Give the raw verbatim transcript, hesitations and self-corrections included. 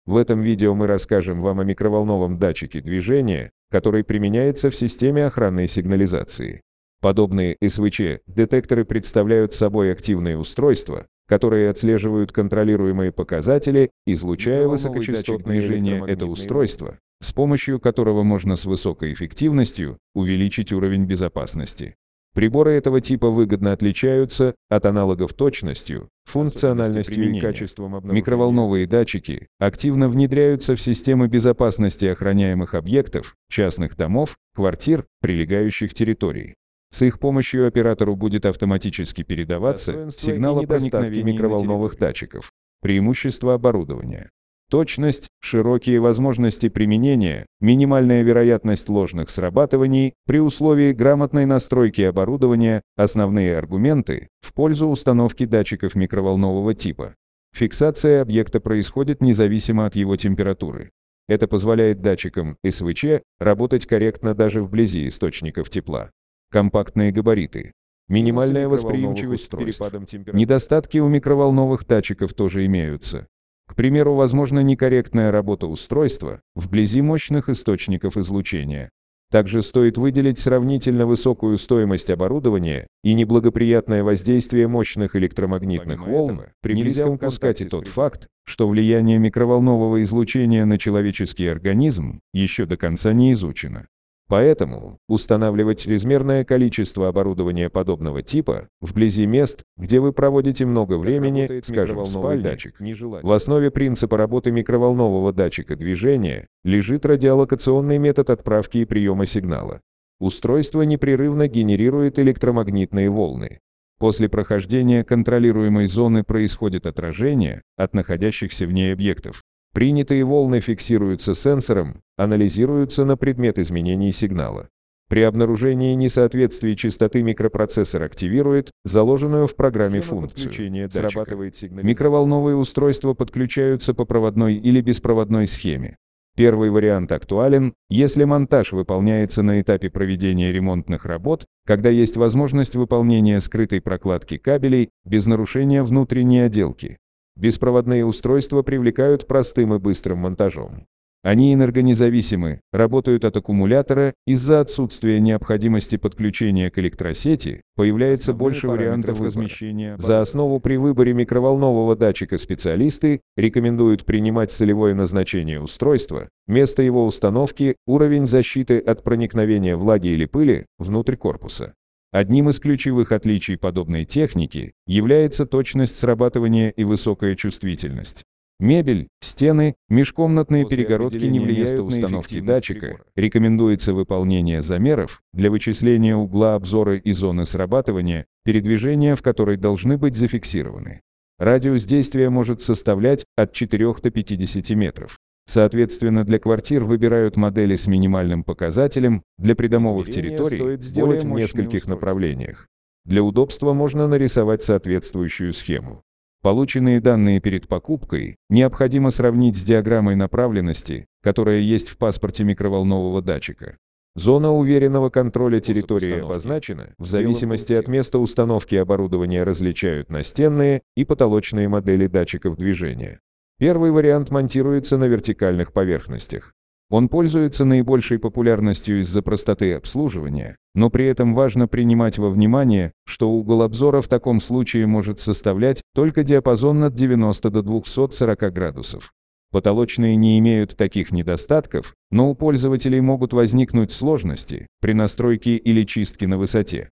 В этом видео мы расскажем вам о микроволновом датчике движения, который применяется в системе охранной сигнализации. Подобные эс вэ че-детекторы представляют собой активные устройства, которые отслеживают контролируемые показатели, излучая высокочастотное движение этого устройства, с помощью которого можно с высокой эффективностью увеличить уровень безопасности. Приборы этого типа выгодно отличаются от аналогов точностью, функциональностью и качеством обнаружения. Микроволновые датчики активно внедряются в системы безопасности охраняемых объектов, частных домов, квартир, прилегающих территорий. С их помощью оператору будет автоматически передаваться сигнал о проникновении микроволновых датчиков. Преимущества оборудования. Точность, широкие возможности применения, минимальная вероятность ложных срабатываний при условии грамотной настройки оборудования – основные аргументы в пользу установки датчиков микроволнового типа. Фиксация объекта происходит независимо от его температуры. Это позволяет датчикам эс вэ че работать корректно даже вблизи источников тепла. Компактные габариты. Минимальная восприимчивость к перепадам температуры. Недостатки у микроволновых датчиков тоже имеются. К примеру, возможна некорректная работа устройства вблизи мощных источников излучения. Также стоит выделить сравнительно высокую стоимость оборудования и неблагоприятное воздействие мощных электромагнитных волн. Нельзя упускать и тот факт, что влияние микроволнового излучения на человеческий организм еще до конца не изучено. Поэтому устанавливать чрезмерное количество оборудования подобного типа вблизи мест, где вы проводите много времени, скажем, в спальне, в основе принципа работы микроволнового датчика движения лежит радиолокационный метод отправки и приема сигнала. Устройство непрерывно генерирует электромагнитные волны. После прохождения контролируемой зоны происходит отражение от находящихся в ней объектов. Принятые волны фиксируются сенсором, анализируются на предмет изменений сигнала. При обнаружении несоответствий частоты микропроцессор активирует заложенную в программе функцию. Срабатывает сигнализация. Микроволновые устройства подключаются по проводной или беспроводной схеме. Первый вариант актуален, если монтаж выполняется на этапе проведения ремонтных работ, когда есть возможность выполнения скрытой прокладки кабелей без нарушения внутренней отделки. Беспроводные устройства привлекают простым и быстрым монтажом. Они энергонезависимы, работают от аккумулятора, из-за отсутствия необходимости подключения к электросети появляется больше вариантов размещения. За основу при выборе микроволнового датчика специалисты рекомендуют принимать целевое назначение устройства, место его установки, уровень защиты от проникновения влаги или пыли внутрь корпуса. Одним из ключевых отличий подобной техники является точность срабатывания и высокая чувствительность. Мебель, стены, межкомнатные перегородки не влияют на установки датчика. Рекомендуется выполнение замеров для вычисления угла обзора и зоны срабатывания, передвижения в которой должны быть зафиксированы. Радиус действия может составлять от четырёх до пятидесяти метров. Соответственно, для квартир выбирают модели с минимальным показателем, для придомовых территорий стоит сделать в нескольких направлениях. Для удобства можно нарисовать соответствующую схему. Полученные данные перед покупкой необходимо сравнить с диаграммой направленности, которая есть в паспорте микроволнового датчика. Зона уверенного контроля территории обозначена, в зависимости от места установки оборудования различают настенные и потолочные модели датчиков движения. Первый вариант монтируется на вертикальных поверхностях. Он пользуется наибольшей популярностью из-за простоты обслуживания, но при этом важно принимать во внимание, что угол обзора в таком случае может составлять только диапазон от девяноста до двухсот сорока градусов. Потолочные не имеют таких недостатков, но у пользователей могут возникнуть сложности при настройке или чистке на высоте.